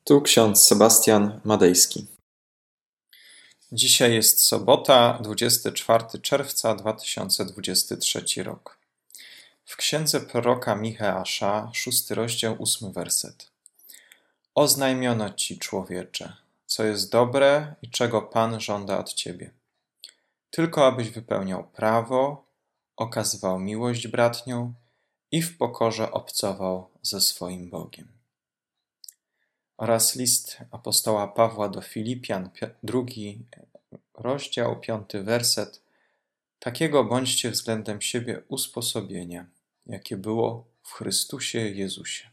Tu ksiądz Sebastian Madejski. Dzisiaj jest sobota, 24 czerwca 2023 rok. W księdze proroka Micheasza, 6 rozdział, 8 werset. Oznajmiono ci, człowiecze, co jest dobre i czego Pan żąda od ciebie. Tylko abyś wypełniał prawo, okazywał miłość bratnią i w pokorze obcował ze swoim Bogiem. Oraz list apostoła Pawła do Filipian, 2 rozdział, 5 werset. Takiego bądźcie względem siebie usposobienia, jakie było w Chrystusie Jezusie.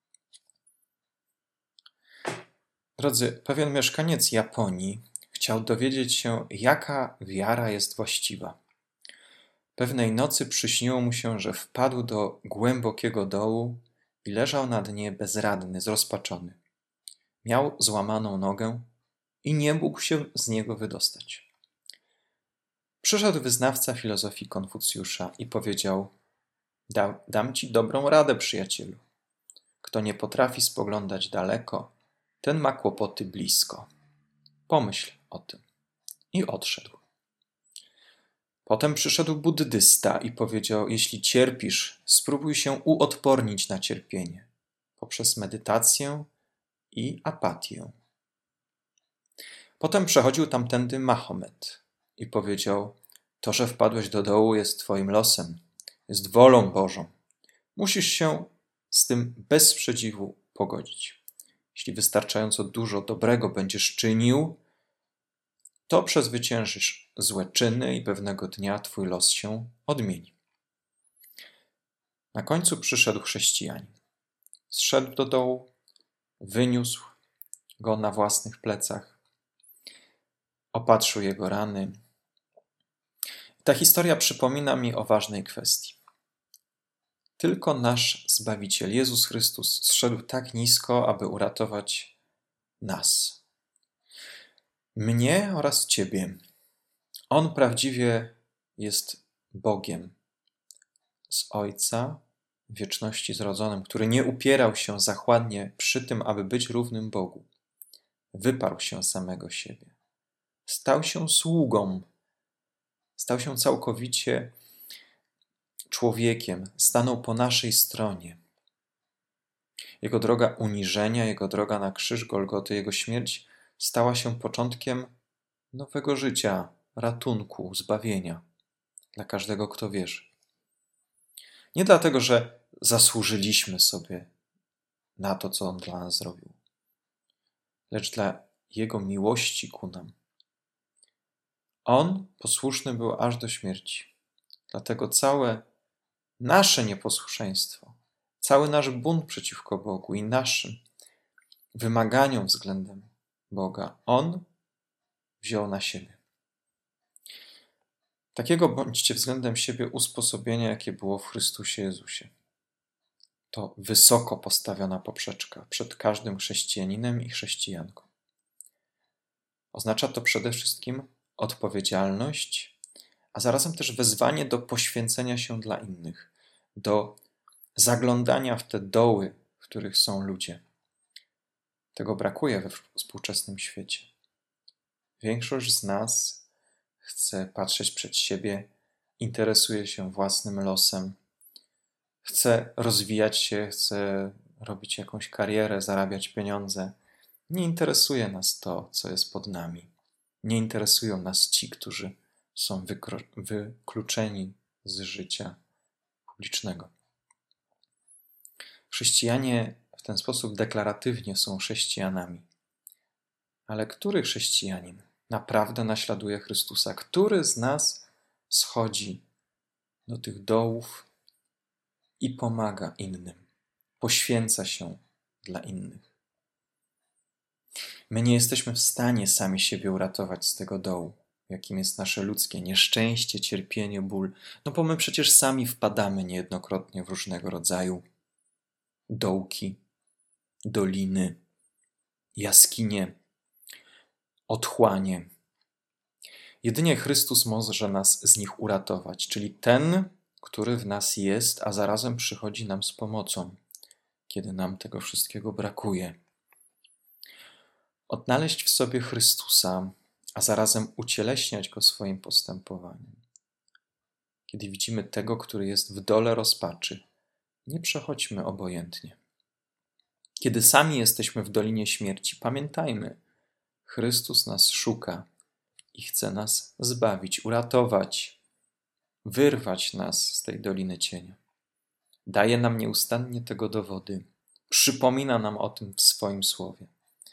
Drodzy, pewien mieszkaniec Japonii chciał dowiedzieć się, jaka wiara jest właściwa. Pewnej nocy przyśniło mu się, że wpadł do głębokiego dołu i leżał na dnie bezradny, zrozpaczony. Miał złamaną nogę i nie mógł się z niego wydostać. Przyszedł wyznawca filozofii Konfucjusza i powiedział: Dam ci dobrą radę, przyjacielu. Kto nie potrafi spoglądać daleko, ten ma kłopoty blisko. Pomyśl o tym. I odszedł. Potem przyszedł buddysta i powiedział: jeśli cierpisz, spróbuj się uodpornić na cierpienie poprzez medytację i apatię. Potem przechodził tamtędy Mahomet i powiedział: to, że wpadłeś do dołu, jest twoim losem, jest wolą Bożą. Musisz się z tym bez sprzeciwu pogodzić. Jeśli wystarczająco dużo dobrego będziesz czynił, to przezwyciężysz złe czyny i pewnego dnia twój los się odmieni. Na końcu przyszedł chrześcijanin. Zszedł do dołu, wyniósł go na własnych plecach, opatrzył jego rany. Ta historia przypomina mi o ważnej kwestii. Tylko nasz Zbawiciel, Jezus Chrystus, zszedł tak nisko, aby uratować nas. Mnie oraz Ciebie. On prawdziwie jest Bogiem z Ojca, w wieczności zrodzonym, który nie upierał się zachładnie przy tym, aby być równym Bogu. Wyparł się samego siebie. Stał się sługą. Stał się całkowicie człowiekiem. Stanął po naszej stronie. Jego droga uniżenia, jego droga na krzyż Golgoty, jego śmierć stała się początkiem nowego życia, ratunku, zbawienia dla każdego, kto wierzy. Nie dlatego, że zasłużyliśmy sobie na to, co On dla nas zrobił, lecz dla Jego miłości ku nam. On posłuszny był aż do śmierci. Dlatego całe nasze nieposłuszeństwo, cały nasz bunt przeciwko Bogu i naszym wymaganiom względem Boga, On wziął na siebie. Takiego bądźcie względem siebie usposobienia, jakie było w Chrystusie Jezusie. To wysoko postawiona poprzeczka przed każdym chrześcijaninem i chrześcijanką. Oznacza to przede wszystkim odpowiedzialność, a zarazem też wezwanie do poświęcenia się dla innych, do zaglądania w te doły, w których są ludzie. Tego brakuje we współczesnym świecie. Większość z nas chce patrzeć przed siebie, interesuje się własnym losem, chce rozwijać się, chce robić jakąś karierę, zarabiać pieniądze. Nie interesuje nas to, co jest pod nami. Nie interesują nas ci, którzy są wykluczeni z życia publicznego. Chrześcijanie w ten sposób deklaratywnie są chrześcijanami. Ale który chrześcijanin naprawdę naśladuje Chrystusa? Który z nas schodzi do tych dołów i pomaga innym, poświęca się dla innych? My nie jesteśmy w stanie sami siebie uratować z tego dołu, jakim jest nasze ludzkie nieszczęście, cierpienie, ból. No bo my przecież sami wpadamy niejednokrotnie w różnego rodzaju dołki, doliny, jaskinie, otchłanie. Jedynie Chrystus może nas z nich uratować, czyli ten, który w nas jest, a zarazem przychodzi nam z pomocą, kiedy nam tego wszystkiego brakuje. odnaleźć w sobie Chrystusa, a zarazem ucieleśniać Go swoim postępowaniem. Kiedy widzimy tego, który jest w dole rozpaczy, nie przechodźmy obojętnie. Kiedy sami jesteśmy w dolinie śmierci, pamiętajmy, Chrystus nas szuka i chce nas zbawić, uratować, wyrwać nas z tej doliny cienia. Daje nam nieustannie tego dowody, przypomina nam o tym w swoim słowie.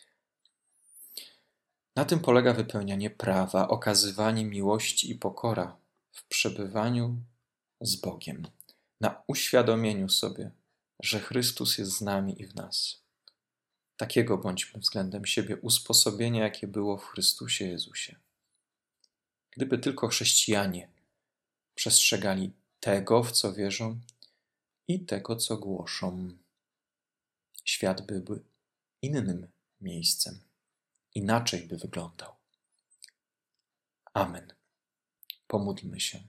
Na tym polega wypełnianie prawa, okazywanie miłości i pokora w przebywaniu z Bogiem, na uświadomieniu sobie, że Chrystus jest z nami i w nas. Takiego bądźmy względem siebie usposobienia, jakie było w Chrystusie Jezusie. Gdyby tylko chrześcijanie przestrzegali tego, w co wierzą i tego, co głoszą, świat byłby innym miejscem, inaczej by wyglądał. Amen. Pomódlmy się.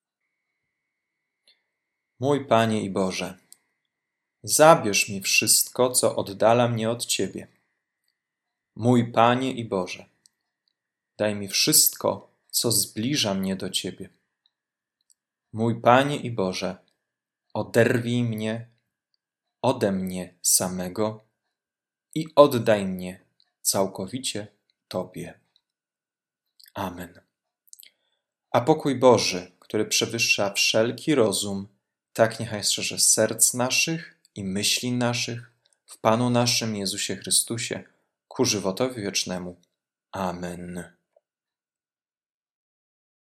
Mój Panie i Boże, zabierz mi wszystko, co oddala mnie od Ciebie. Mój Panie i Boże, daj mi wszystko, co zbliża mnie do Ciebie. Mój Panie i Boże, oderwij mnie ode mnie samego i oddaj mnie całkowicie Tobie. Amen. A pokój Boży, który przewyższa wszelki rozum, tak niechaj strzeże serc naszych i myśli naszych w Panu naszym Jezusie Chrystusie ku żywotowi wiecznemu. Amen.